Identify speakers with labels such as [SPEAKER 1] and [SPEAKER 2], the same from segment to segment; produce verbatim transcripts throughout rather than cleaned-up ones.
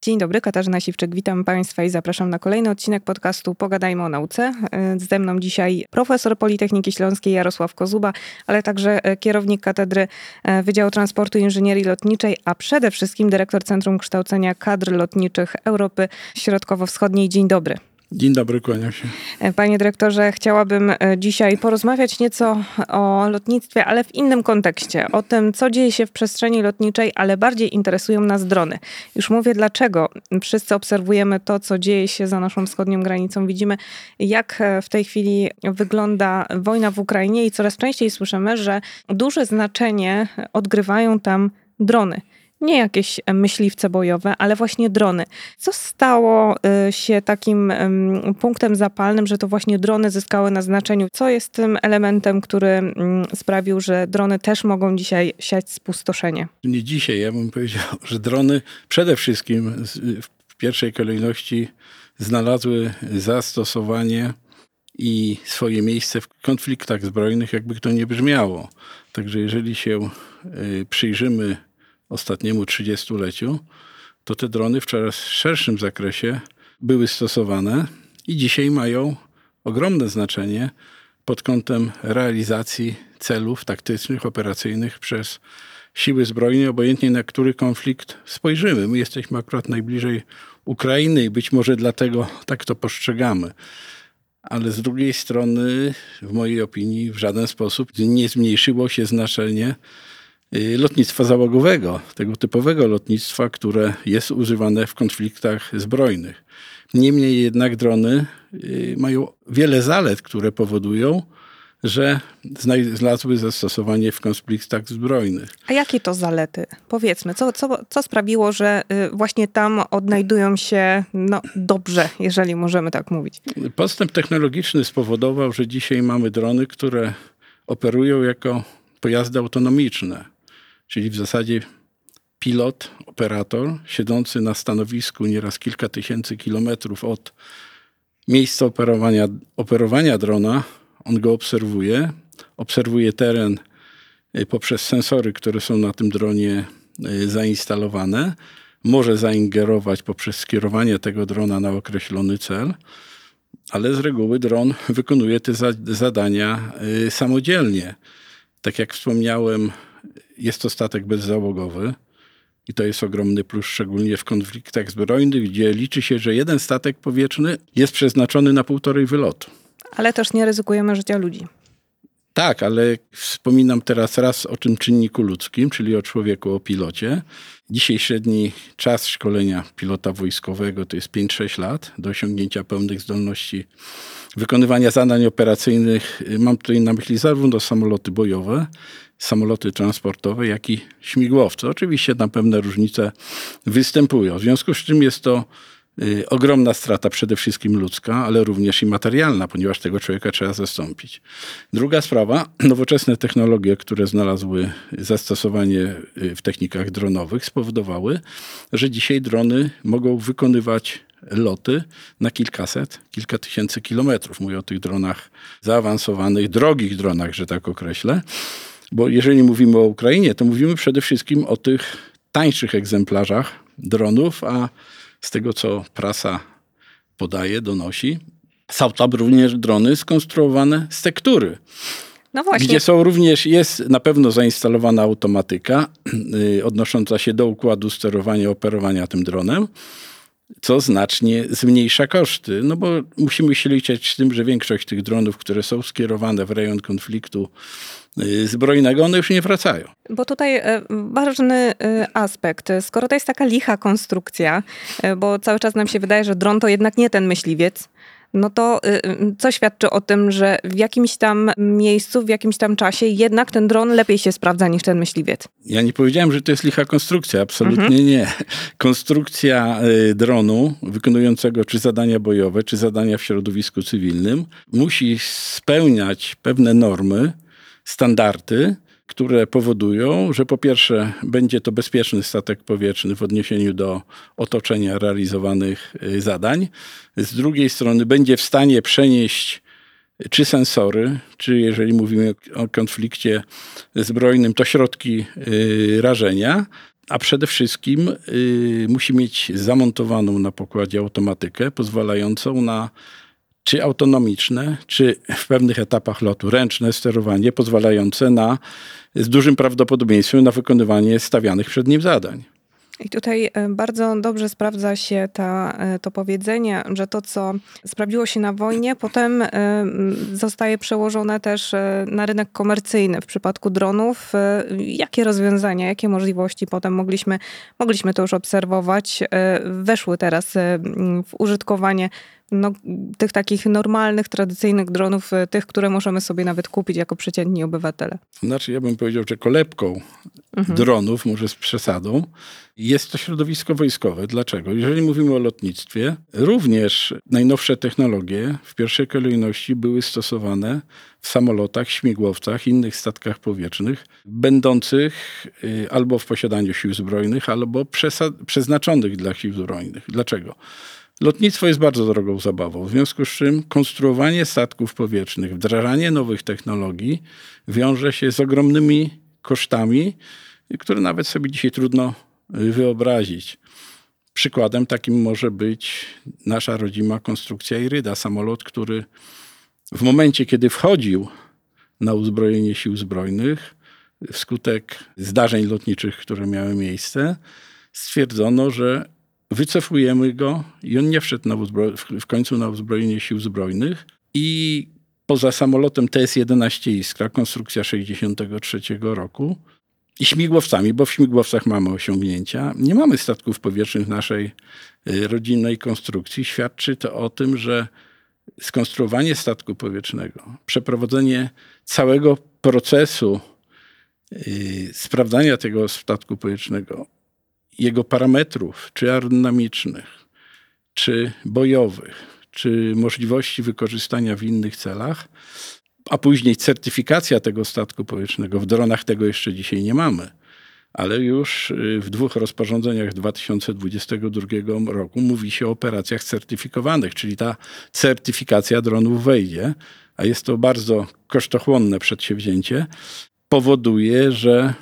[SPEAKER 1] Dzień dobry, Katarzyna Siwczyk, witam Państwa i zapraszam na kolejny odcinek podcastu Pogadajmy o nauce. Ze mną dzisiaj profesor Politechniki Śląskiej Jarosław Kozuba, ale także kierownik Katedry Wydziału Transportu i Inżynierii Lotniczej, a przede wszystkim dyrektor Centrum Kształcenia Kadr Lotniczych Europy Środkowo-Wschodniej. Dzień dobry.
[SPEAKER 2] Dzień dobry, kłaniam się.
[SPEAKER 1] Panie dyrektorze, chciałabym dzisiaj porozmawiać nieco o lotnictwie, ale w innym kontekście. O tym, co dzieje się w przestrzeni lotniczej, ale bardziej interesują nas drony. Już mówię dlaczego. Wszyscy obserwujemy to, co dzieje się za naszą wschodnią granicą. Widzimy, jak w tej chwili wygląda wojna w Ukrainie i coraz częściej słyszymy, że duże znaczenie odgrywają tam drony. Nie jakieś myśliwce bojowe, ale właśnie drony. Co stało się takim punktem zapalnym, że to właśnie drony zyskały na znaczeniu? Co jest tym elementem, który sprawił, że drony też mogą dzisiaj siać spustoszenie?
[SPEAKER 2] Nie dzisiaj, ja bym powiedział, że drony przede wszystkim w pierwszej kolejności znalazły zastosowanie i swoje miejsce w konfliktach zbrojnych, jakby to nie brzmiało. Także jeżeli się przyjrzymy ostatniemu trzydziestoleciu, to te drony w coraz szerszym zakresie były stosowane i dzisiaj mają ogromne znaczenie pod kątem realizacji celów taktycznych, operacyjnych przez siły zbrojne, obojętnie na który konflikt spojrzymy. My jesteśmy akurat najbliżej Ukrainy i być może dlatego tak to postrzegamy. Ale z drugiej strony, w mojej opinii, w żaden sposób nie zmniejszyło się znaczenie lotnictwa załogowego, tego typowego lotnictwa, które jest używane w konfliktach zbrojnych. Niemniej jednak drony mają wiele zalet, które powodują, że znalazły zastosowanie w konfliktach zbrojnych.
[SPEAKER 1] A jakie to zalety? Powiedzmy, co, co, co sprawiło, że właśnie tam odnajdują się no, dobrze, jeżeli możemy tak mówić?
[SPEAKER 2] Postęp technologiczny spowodował, że dzisiaj mamy drony, które operują jako pojazdy autonomiczne. Czyli w zasadzie pilot, operator, siedzący na stanowisku nieraz kilka tysięcy kilometrów od miejsca operowania, operowania drona, on go obserwuje, obserwuje teren poprzez sensory, które są na tym dronie zainstalowane, może zaingerować poprzez skierowanie tego drona na określony cel, ale z reguły dron wykonuje te zadania samodzielnie. Tak jak wspomniałem, jest to statek bezzałogowy i to jest ogromny plus, szczególnie w konfliktach zbrojnych, gdzie liczy się, że jeden statek powietrzny jest przeznaczony na półtorej wylotu.
[SPEAKER 1] Ale też nie ryzykujemy życia ludzi.
[SPEAKER 2] Tak, ale wspominam teraz raz o tym czynniku ludzkim, czyli o człowieku, o pilocie. Dzisiaj średni czas szkolenia pilota wojskowego to jest pięć sześć lat do osiągnięcia pełnych zdolności wykonywania zadań operacyjnych. Mam tutaj na myśli zarówno samoloty bojowe, samoloty transportowe, jak i śmigłowce. Oczywiście tam pewne różnice występują. W związku z czym jest to y, ogromna strata, przede wszystkim ludzka, ale również i materialna, ponieważ tego człowieka trzeba zastąpić. Druga sprawa, nowoczesne technologie, które znalazły zastosowanie w technikach dronowych, spowodowały, że dzisiaj drony mogą wykonywać loty na kilkaset, kilka tysięcy kilometrów. Mówię o tych dronach zaawansowanych, drogich dronach, że tak określę. Bo jeżeli mówimy o Ukrainie, to mówimy przede wszystkim o tych tańszych egzemplarzach dronów, a z tego, co prasa podaje, donosi, są tam również drony skonstruowane z tektury.
[SPEAKER 1] No właśnie.
[SPEAKER 2] Gdzie są również, jest na pewno zainstalowana automatyka yy, odnosząca się do układu sterowania, operowania tym dronem, co znacznie zmniejsza koszty. No bo musimy się liczyć z tym, że większość tych dronów, które są skierowane w rejon konfliktu zbrojnego, one już nie wracają.
[SPEAKER 1] Bo tutaj ważny aspekt, skoro to jest taka licha konstrukcja, bo cały czas nam się wydaje, że dron to jednak nie ten myśliwiec, no to co świadczy o tym, że w jakimś tam miejscu, w jakimś tam czasie jednak ten dron lepiej się sprawdza niż ten myśliwiec?
[SPEAKER 2] Ja nie powiedziałem, że to jest licha konstrukcja. Absolutnie mhm. nie. Konstrukcja dronu wykonującego czy zadania bojowe, czy zadania w środowisku cywilnym musi spełniać pewne normy, standardy, które powodują, że po pierwsze będzie to bezpieczny statek powietrzny w odniesieniu do otoczenia realizowanych zadań. Z drugiej strony będzie w stanie przenieść czy sensory, czy jeżeli mówimy o konflikcie zbrojnym, to środki rażenia. a przede wszystkim y, musi mieć zamontowaną na pokładzie automatykę pozwalającą na czy autonomiczne, czy w pewnych etapach lotu ręczne sterowanie pozwalające na, z dużym prawdopodobieństwem na wykonywanie stawianych przed nim zadań.
[SPEAKER 1] I tutaj bardzo dobrze sprawdza się ta, to powiedzenie, że to, co sprawdziło się na wojnie, potem zostaje przełożone też na rynek komercyjny. W przypadku dronów, jakie rozwiązania, jakie możliwości potem mogliśmy, mogliśmy to już obserwować, weszły teraz w użytkowanie no, tych takich normalnych, tradycyjnych dronów, tych, które możemy sobie nawet kupić jako przeciętni obywatele.
[SPEAKER 2] Znaczy, ja bym powiedział, że kolebką mhm. dronów, może z przesadą, jest to środowisko wojskowe. Dlaczego? Jeżeli mówimy o lotnictwie, również najnowsze technologie w pierwszej kolejności były stosowane w samolotach, śmigłowcach, innych statkach powietrznych, będących albo w posiadaniu sił zbrojnych, albo przesa- przeznaczonych dla sił zbrojnych. Dlaczego? Lotnictwo jest bardzo drogą zabawą, w związku z czym konstruowanie statków powietrznych, wdrażanie nowych technologii wiąże się z ogromnymi kosztami, które nawet sobie dzisiaj trudno wyobrazić. Przykładem takim może być nasza rodzima konstrukcja Iryda, samolot, który w momencie, kiedy wchodził na uzbrojenie sił zbrojnych, wskutek zdarzeń lotniczych, które miały miejsce, stwierdzono, że wycofujemy go i on nie wszedł na uzbro- w końcu na uzbrojenie sił zbrojnych i poza samolotem T S jedenaście Iskra, konstrukcja sześćdziesiątego trzeciego roku i śmigłowcami, bo w śmigłowcach mamy osiągnięcia, nie mamy statków powietrznych naszej rodzinnej konstrukcji. Świadczy to o tym, że skonstruowanie statku powietrznego, przeprowadzenie całego procesu yy, sprawdzania tego statku powietrznego, jego parametrów, czy aerodynamicznych, czy bojowych, czy możliwości wykorzystania w innych celach, a później certyfikacja tego statku powietrznego. W dronach tego jeszcze dzisiaj nie mamy, ale już w dwóch rozporządzeniach dwa tysiące dwudziestego drugiego roku mówi się o operacjach certyfikowanych, czyli ta certyfikacja dronów wejdzie, a jest to bardzo kosztochłonne przedsięwzięcie, powoduje, że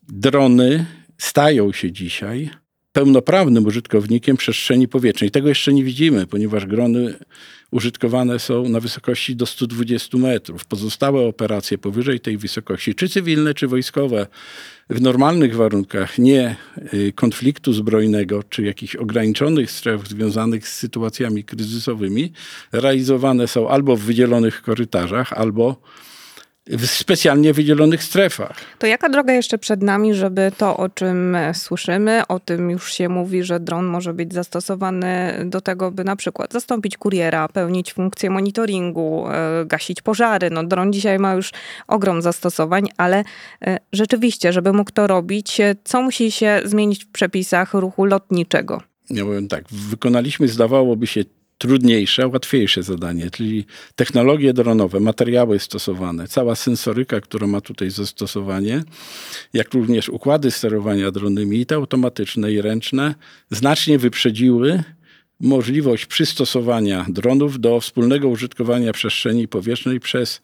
[SPEAKER 2] drony stają się dzisiaj pełnoprawnym użytkownikiem przestrzeni powietrznej. Tego jeszcze nie widzimy, ponieważ drony użytkowane są na wysokości do stu dwudziestu metrów. Pozostałe operacje powyżej tej wysokości, czy cywilne, czy wojskowe, w normalnych warunkach, nie konfliktu zbrojnego, czy jakichś ograniczonych stref związanych z sytuacjami kryzysowymi, realizowane są albo w wydzielonych korytarzach, albo w specjalnie wydzielonych strefach.
[SPEAKER 1] To jaka droga jeszcze przed nami, żeby to, o czym słyszymy, o tym już się mówi, że dron może być zastosowany do tego, by na przykład zastąpić kuriera, pełnić funkcję monitoringu, gasić pożary. No, dron dzisiaj ma już ogrom zastosowań, ale rzeczywiście, żeby mógł to robić, co musi się zmienić w przepisach ruchu lotniczego?
[SPEAKER 2] Ja powiem tak, wykonaliśmy, zdawałoby się, trudniejsze, łatwiejsze zadanie, czyli technologie dronowe, materiały stosowane, cała sensoryka, która ma tutaj zastosowanie, jak również układy sterowania dronami, i te automatyczne, i ręczne, znacznie wyprzedziły możliwość przystosowania dronów do wspólnego użytkowania przestrzeni powietrznej przez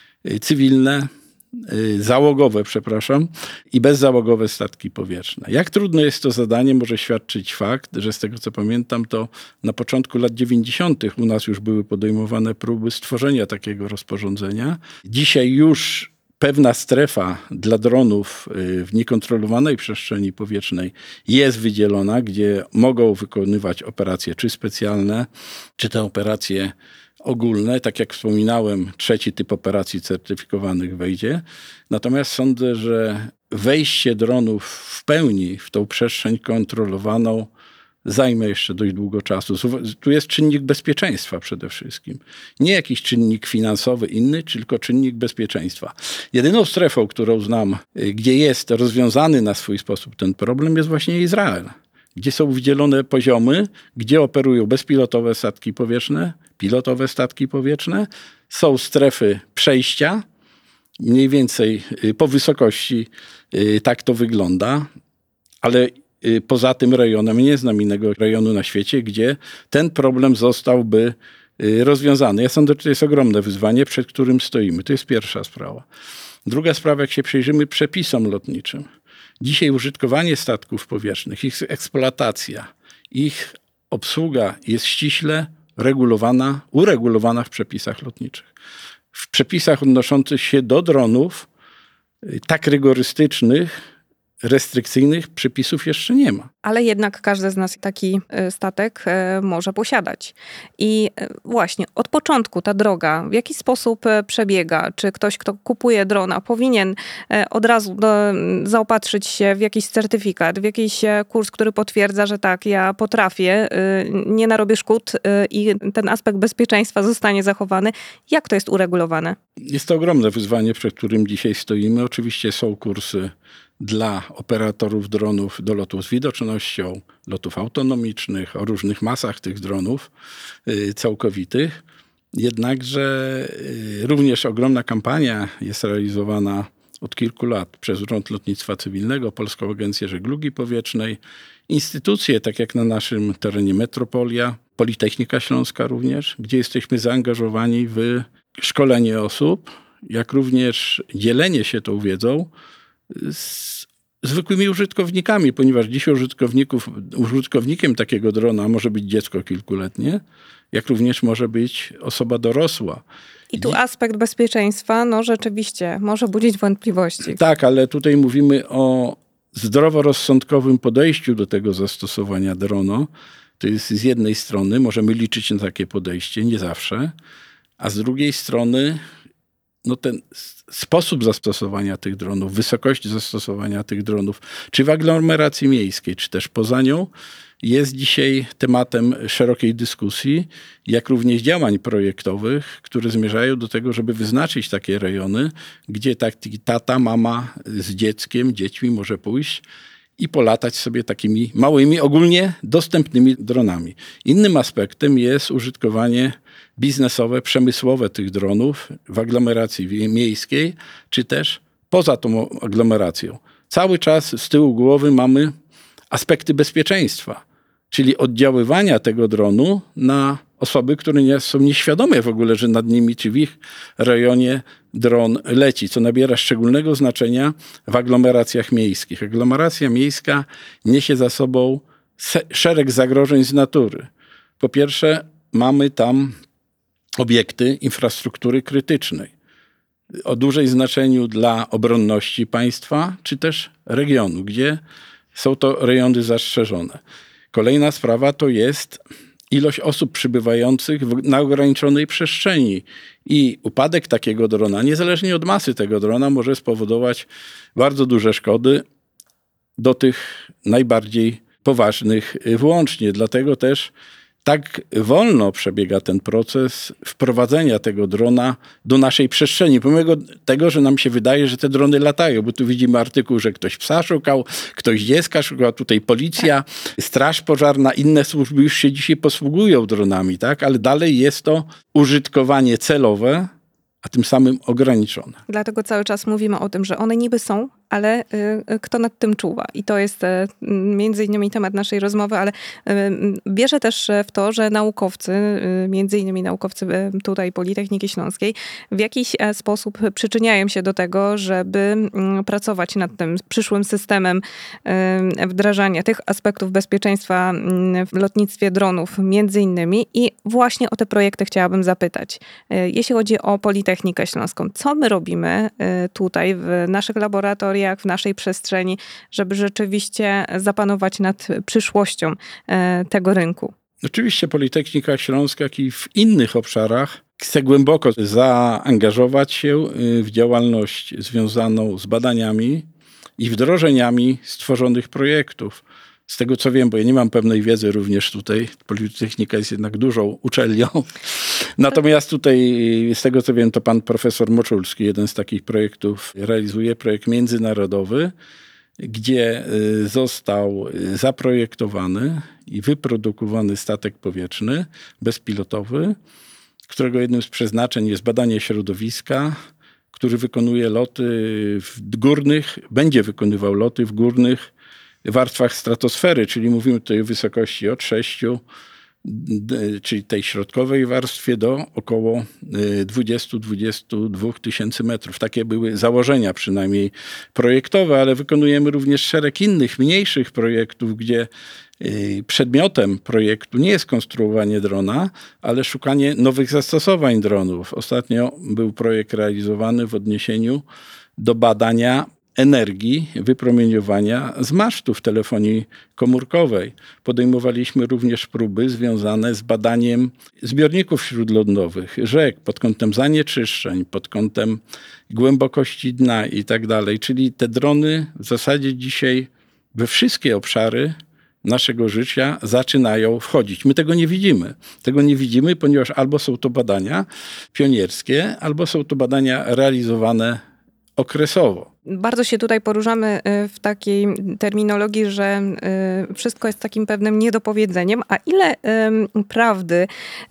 [SPEAKER 2] cywilne, załogowe, przepraszam, i bezzałogowe statki powietrzne. Jak trudne jest to zadanie, może świadczyć fakt, że z tego co pamiętam, to na początku lat dziewięćdziesiątych u nas już były podejmowane próby stworzenia takiego rozporządzenia. Dzisiaj już pewna strefa dla dronów w niekontrolowanej przestrzeni powietrznej jest wydzielona, gdzie mogą wykonywać operacje czy specjalne, czy te operacje ogólne. Tak jak wspominałem, trzeci typ operacji certyfikowanych wejdzie. Natomiast sądzę, że wejście dronów w pełni w tą przestrzeń kontrolowaną zajmie jeszcze dość długo czasu. Tu jest czynnik bezpieczeństwa przede wszystkim. Nie jakiś czynnik finansowy inny, tylko czynnik bezpieczeństwa. Jedyną strefą, którą znam, gdzie jest rozwiązany na swój sposób ten problem, jest właśnie Izrael, gdzie są wydzielone poziomy, gdzie operują bezpilotowe statki powietrzne, pilotowe statki powietrzne. Są strefy przejścia, mniej więcej po wysokości tak to wygląda, ale poza tym rejonem nie znam innego rejonu na świecie, gdzie ten problem zostałby rozwiązany. Ja sądzę, że to jest ogromne wyzwanie, przed którym stoimy. To jest pierwsza sprawa. Druga sprawa, jak się przyjrzymy przepisom lotniczym. Dzisiaj użytkowanie statków powietrznych, ich eksploatacja, ich obsługa jest ściśle regulowana, uregulowana w przepisach lotniczych. W przepisach odnoszących się do dronów tak rygorystycznych, restrykcyjnych przepisów jeszcze nie ma.
[SPEAKER 1] Ale jednak każdy z nas taki statek może posiadać. I właśnie od początku ta droga, w jaki sposób przebiega? Czy ktoś, kto kupuje drona, powinien od razu do, zaopatrzyć się w jakiś certyfikat, w jakiś kurs, który potwierdza, że tak, ja potrafię, nie narobię szkód i ten aspekt bezpieczeństwa zostanie zachowany. Jak to jest uregulowane?
[SPEAKER 2] Jest to ogromne wyzwanie, przed którym dzisiaj stoimy. Oczywiście są kursy dla operatorów dronów do lotów z widocznością, lotów autonomicznych, o różnych masach tych dronów yy, całkowitych. Jednakże yy, również ogromna kampania jest realizowana od kilku lat przez Urząd Lotnictwa Cywilnego, Polską Agencję Żeglugi Powietrznej, instytucje, tak jak na naszym terenie Metropolia, Politechnika Śląska również, gdzie jesteśmy zaangażowani w szkolenie osób, jak również dzielenie się tą wiedzą z zwykłymi użytkownikami, ponieważ dziś użytkowników, użytkownikiem takiego drona może być dziecko kilkuletnie, jak również może być osoba dorosła.
[SPEAKER 1] I tu aspekt bezpieczeństwa, no rzeczywiście, może budzić wątpliwości.
[SPEAKER 2] Tak, ale tutaj mówimy o zdroworozsądkowym podejściu do tego zastosowania drona. To jest z jednej strony, możemy liczyć na takie podejście, nie zawsze, a z drugiej strony no ten sposób zastosowania tych dronów, wysokość zastosowania tych dronów, czy w aglomeracji miejskiej, czy też poza nią, jest dzisiaj tematem szerokiej dyskusji, jak również działań projektowych, które zmierzają do tego, żeby wyznaczyć takie rejony, gdzie taki tata, mama z dzieckiem, dziećmi może pójść i polatać sobie takimi małymi, ogólnie dostępnymi dronami. Innym aspektem jest użytkowanie biznesowe, przemysłowe tych dronów w aglomeracji miejskiej, czy też poza tą aglomeracją. Cały czas z tyłu głowy mamy aspekty bezpieczeństwa, czyli oddziaływania tego dronu na osoby, które nie są nieświadome w ogóle, że nad nimi czy w ich rejonie dron leci, co nabiera szczególnego znaczenia w aglomeracjach miejskich. Aglomeracja miejska niesie za sobą szereg zagrożeń z natury. Po pierwsze, mamy tam obiekty infrastruktury krytycznej o dużej znaczeniu dla obronności państwa, czy też regionu, gdzie są to rejony zastrzeżone. Kolejna sprawa to jest ilość osób przybywających na ograniczonej przestrzeni i upadek takiego drona, niezależnie od masy tego drona, może spowodować bardzo duże szkody, do tych najbardziej poważnych włącznie. Dlatego też tak wolno przebiega ten proces wprowadzenia tego drona do naszej przestrzeni. Pomimo tego, że nam się wydaje, że te drony latają, bo tu widzimy artykuł, że ktoś psa szukał, ktoś dziecka szukał, tutaj policja, straż pożarna, inne służby już się dzisiaj posługują dronami, tak? Ale dalej jest to użytkowanie celowe, a tym samym ograniczone.
[SPEAKER 1] Dlatego cały czas mówimy o tym, że one niby są, ale y, kto nad tym czuwa? I to jest y, między innymi temat naszej rozmowy, ale y, bierze też w to, że naukowcy, y, między innymi naukowcy y, tutaj Politechniki Śląskiej, w jakiś sposób przyczyniają się do tego, żeby y, pracować nad tym przyszłym systemem y, wdrażania tych aspektów bezpieczeństwa y, w lotnictwie dronów, między innymi. I właśnie o te projekty chciałabym zapytać. Y, jeśli chodzi o Politechnikę Śląską, co my robimy y, tutaj w naszych laboratoriach, w naszej przestrzeni, żeby rzeczywiście zapanować nad przyszłością tego rynku?
[SPEAKER 2] Oczywiście Politechnika Śląska, jak i w innych obszarach, chce głęboko zaangażować się w działalność związaną z badaniami i wdrożeniami stworzonych projektów. Z tego co wiem, bo ja nie mam pewnej wiedzy również tutaj, Politechnika jest jednak dużą uczelnią. Natomiast tutaj z tego co wiem, to pan profesor Moczulski jeden z takich projektów realizuje, projekt międzynarodowy, gdzie został zaprojektowany i wyprodukowany statek powietrzny bezpilotowy, którego jednym z przeznaczeń jest badanie środowiska, który wykonuje loty w górnych, będzie wykonywał loty w górnych warstwach stratosfery, czyli mówimy tutaj o wysokości od sześciu czyli tej środkowej warstwie, do około dwudziestu do dwudziestu dwóch tysięcy metrów. Takie były założenia przynajmniej projektowe, ale wykonujemy również szereg innych, mniejszych projektów, gdzie przedmiotem projektu nie jest konstruowanie drona, ale szukanie nowych zastosowań dronów. Ostatnio był projekt realizowany w odniesieniu do badania energii, wypromieniowania z masztów telefonii komórkowej. Podejmowaliśmy również próby związane z badaniem zbiorników śródlądowych, rzek pod kątem zanieczyszczeń, pod kątem głębokości dna i tak dalej. Czyli te drony w zasadzie dzisiaj we wszystkie obszary naszego życia zaczynają wchodzić. My tego nie widzimy. Tego nie widzimy, ponieważ albo są to badania pionierskie, albo są to badania realizowane okresowo.
[SPEAKER 1] Bardzo się tutaj poruszamy w takiej terminologii, że wszystko jest takim pewnym niedopowiedzeniem. A ile prawdy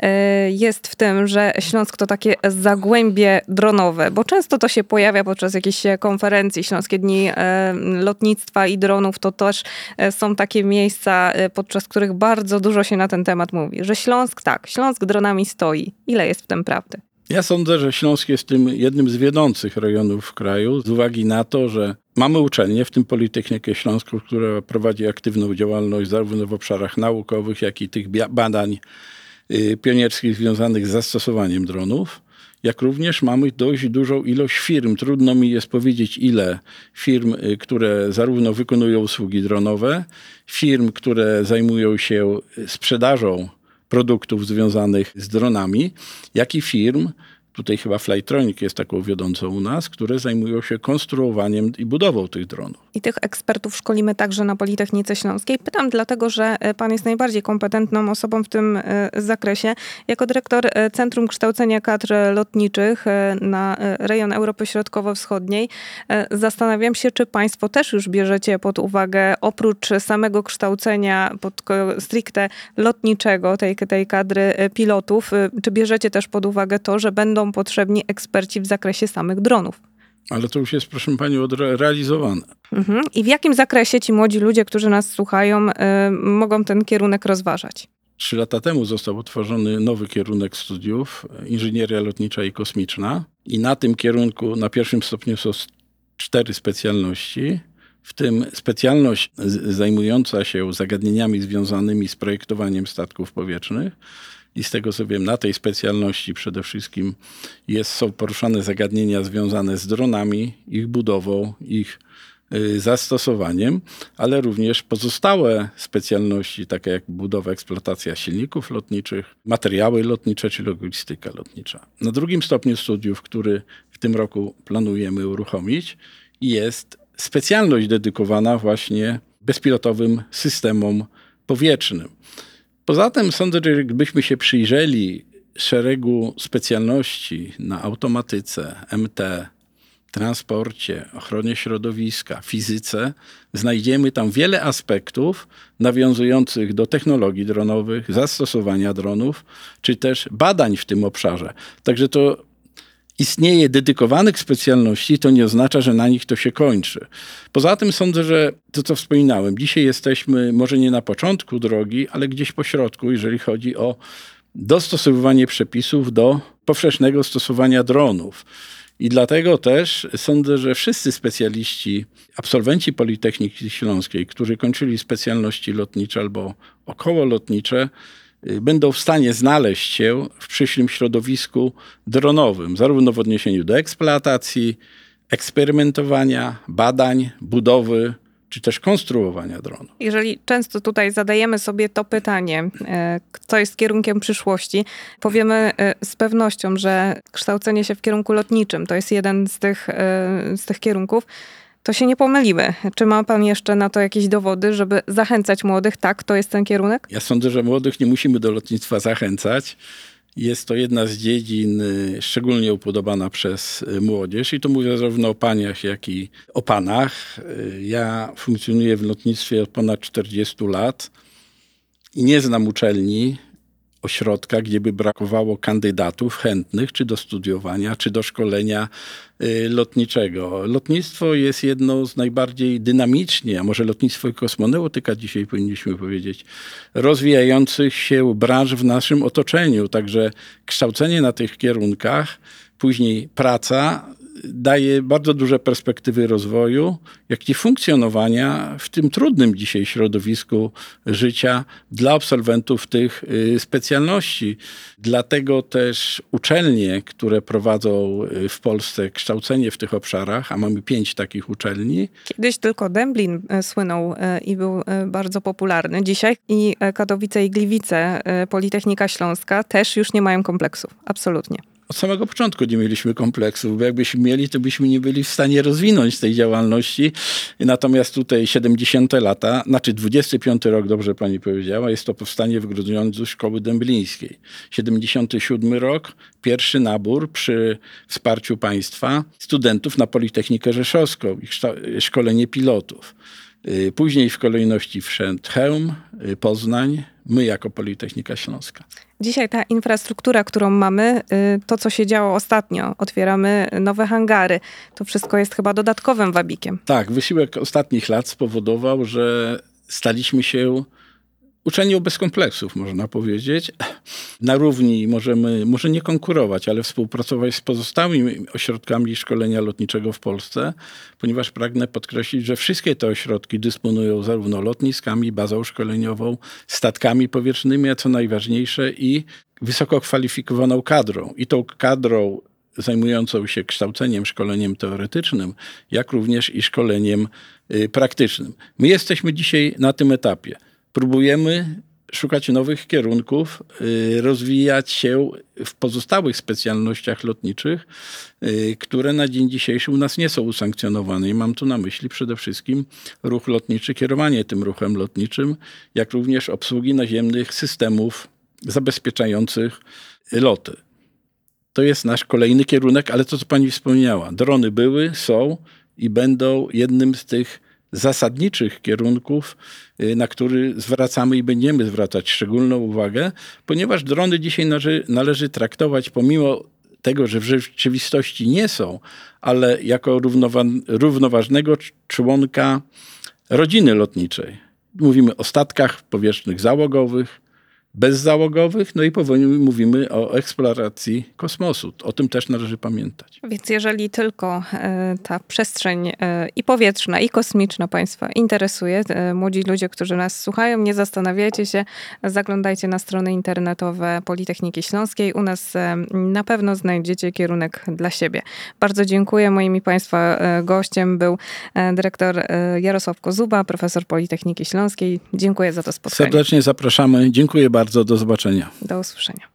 [SPEAKER 1] jest w tym, że Śląsk to takie zagłębie dronowe? Bo często to się pojawia podczas jakichś konferencji. Śląskie Dni Lotnictwa i Dronów to też są takie miejsca, podczas których bardzo dużo się na ten temat mówi. Że Śląsk tak, Śląsk dronami stoi. Ile jest w tym prawdy?
[SPEAKER 2] Ja sądzę, że Śląsk jest tym jednym z wiodących rejonów w kraju z uwagi na to, że mamy uczelnię, w tym Politechnikę Śląską, która prowadzi aktywną działalność zarówno w obszarach naukowych, jak i tych badań pionierskich związanych z zastosowaniem dronów, jak również mamy dość dużą ilość firm. Trudno mi jest powiedzieć, ile firm, które zarówno wykonują usługi dronowe, firm, które zajmują się sprzedażą produktów związanych z dronami, jak i firm, tutaj chyba Flytronic jest taką wiodącą u nas, które zajmują się konstruowaniem i budową tych dronów.
[SPEAKER 1] I tych ekspertów szkolimy także na Politechnice Śląskiej. Pytam dlatego, że pan jest najbardziej kompetentną osobą w tym zakresie. Jako dyrektor Centrum Kształcenia Kadr Lotniczych na rejon Europy Środkowo-Wschodniej zastanawiam się, czy państwo też już bierzecie pod uwagę, oprócz samego kształcenia pod stricte lotniczego, tej, tej kadry pilotów, czy bierzecie też pod uwagę to, że będą potrzebni eksperci w zakresie samych dronów?
[SPEAKER 2] Ale to już jest, proszę pani, realizowane.
[SPEAKER 1] Mhm. I w jakim zakresie ci młodzi ludzie, którzy nas słuchają, y, mogą ten kierunek rozważać?
[SPEAKER 2] Trzy lata temu został utworzony nowy kierunek studiów, inżynieria lotnicza i kosmiczna. I na tym kierunku na pierwszym stopniu są cztery specjalności, w tym specjalność zajmująca się zagadnieniami związanymi z projektowaniem statków powietrznych. I z tego co wiem, na tej specjalności przede wszystkim jest, są poruszane zagadnienia związane z dronami, ich budową, ich y, zastosowaniem, ale również pozostałe specjalności, takie jak budowa, eksploatacja silników lotniczych, materiały lotnicze czy logistyka lotnicza. Na drugim stopniu studiów, który w tym roku planujemy uruchomić, jest specjalność dedykowana właśnie bezpilotowym systemom powietrznym. Poza tym sądzę, że gdybyśmy się przyjrzeli szeregu specjalności na automatyce, M T, transporcie, ochronie środowiska, fizyce, znajdziemy tam wiele aspektów nawiązujących do technologii dronowych, zastosowania dronów, czy też badań w tym obszarze. Także to istnieje dedykowanych specjalności, to nie oznacza, że na nich to się kończy. Poza tym sądzę, że to, co wspominałem, dzisiaj jesteśmy może nie na początku drogi, ale gdzieś po środku, jeżeli chodzi o dostosowywanie przepisów do powszechnego stosowania dronów. I dlatego też sądzę, że wszyscy specjaliści, absolwenci Politechniki Śląskiej, którzy kończyli specjalności lotnicze albo okołolotnicze, będą w stanie znaleźć się w przyszłym środowisku dronowym, zarówno w odniesieniu do eksploatacji, eksperymentowania, badań, budowy, czy też konstruowania dronów.
[SPEAKER 1] Jeżeli często tutaj zadajemy sobie to pytanie, co jest kierunkiem przyszłości, powiemy z pewnością, że kształcenie się w kierunku lotniczym to jest jeden z tych, z tych kierunków, to się nie pomylimy. Czy ma pan jeszcze na to jakieś dowody, żeby zachęcać młodych? Tak, to jest ten kierunek?
[SPEAKER 2] Ja sądzę, że młodych nie musimy do lotnictwa zachęcać. Jest to jedna z dziedzin szczególnie upodobana przez młodzież i to mówię zarówno o paniach, jak i o panach. Ja funkcjonuję w lotnictwie od ponad czterdziestu lat i nie znam uczelni ośrodka, gdzie by brakowało kandydatów chętnych, czy do studiowania, czy do szkolenia y, lotniczego. Lotnictwo jest jedno z najbardziej dynamicznie, a może lotnictwo i kosmonautyka dzisiaj powinniśmy powiedzieć, rozwijających się branż w naszym otoczeniu. Także kształcenie na tych kierunkach, później praca daje bardzo duże perspektywy rozwoju, jak i funkcjonowania w tym trudnym dzisiaj środowisku życia dla absolwentów tych specjalności. Dlatego też uczelnie, które prowadzą w Polsce kształcenie w tych obszarach, a mamy pięć takich uczelni.
[SPEAKER 1] Kiedyś tylko Dęblin słynął i był bardzo popularny. Dzisiaj i Katowice i Gliwice, Politechnika Śląska też już nie mają kompleksów. Absolutnie.
[SPEAKER 2] Od samego początku nie mieliśmy kompleksów, bo jakbyśmy mieli, to byśmy nie byli w stanie rozwinąć tej działalności. Natomiast tutaj siedemdziesiąte lata, znaczy dwudziesty piąty rok, dobrze pani powiedziała, jest to powstanie w Grudziądzu Szkoły Dęblińskiej. siedemdziesiąty siódmy rok, pierwszy nabór przy wsparciu państwa studentów na Politechnikę Rzeszowską i szkolenie pilotów. Później w kolejności wszedł Chełm, Poznań, my jako Politechnika Śląska.
[SPEAKER 1] Dzisiaj ta infrastruktura, którą mamy, to co się działo ostatnio, otwieramy nowe hangary, to wszystko jest chyba dodatkowym wabikiem.
[SPEAKER 2] Tak, wysiłek ostatnich lat spowodował, że staliśmy się uczelnią bez kompleksów, można powiedzieć. Na równi możemy, może nie konkurować, ale współpracować z pozostałymi ośrodkami szkolenia lotniczego w Polsce, ponieważ pragnę podkreślić, że wszystkie te ośrodki dysponują zarówno lotniskami, bazą szkoleniową, statkami powietrznymi, a co najważniejsze i wysoko kwalifikowaną kadrą. I tą kadrą zajmującą się kształceniem, szkoleniem teoretycznym, jak również i szkoleniem y, praktycznym. My jesteśmy dzisiaj na tym etapie. Próbujemy szukać nowych kierunków, rozwijać się w pozostałych specjalnościach lotniczych, które na dzień dzisiejszy u nas nie są usankcjonowane. I mam tu na myśli przede wszystkim ruch lotniczy, kierowanie tym ruchem lotniczym, jak również obsługi naziemnych systemów zabezpieczających loty. To jest nasz kolejny kierunek, ale to, co pani wspomniała, drony były, są i będą jednym z tych zasadniczych kierunków, na który zwracamy i będziemy zwracać szczególną uwagę, ponieważ drony dzisiaj należy, należy traktować pomimo tego, że w rzeczywistości nie są, ale jako równowa- równoważnego członka rodziny lotniczej. Mówimy o statkach powietrznych załogowych, bezzałogowych, no i powoli mówimy o eksploracji kosmosu. O tym też należy pamiętać.
[SPEAKER 1] Więc jeżeli tylko e, ta przestrzeń e, i powietrzna, i kosmiczna państwa interesuje, e, młodzi ludzie, którzy nas słuchają, nie zastanawiajcie się, zaglądajcie na strony internetowe Politechniki Śląskiej. U nas e, na pewno znajdziecie kierunek dla siebie. Bardzo dziękuję. Moim i państwa e, gościem był e, dyrektor e, Jarosław Kozuba, profesor Politechniki Śląskiej. Dziękuję za to spotkanie.
[SPEAKER 2] Serdecznie zapraszamy. Dziękuję bardzo. Do zobaczenia.
[SPEAKER 1] Do usłyszenia.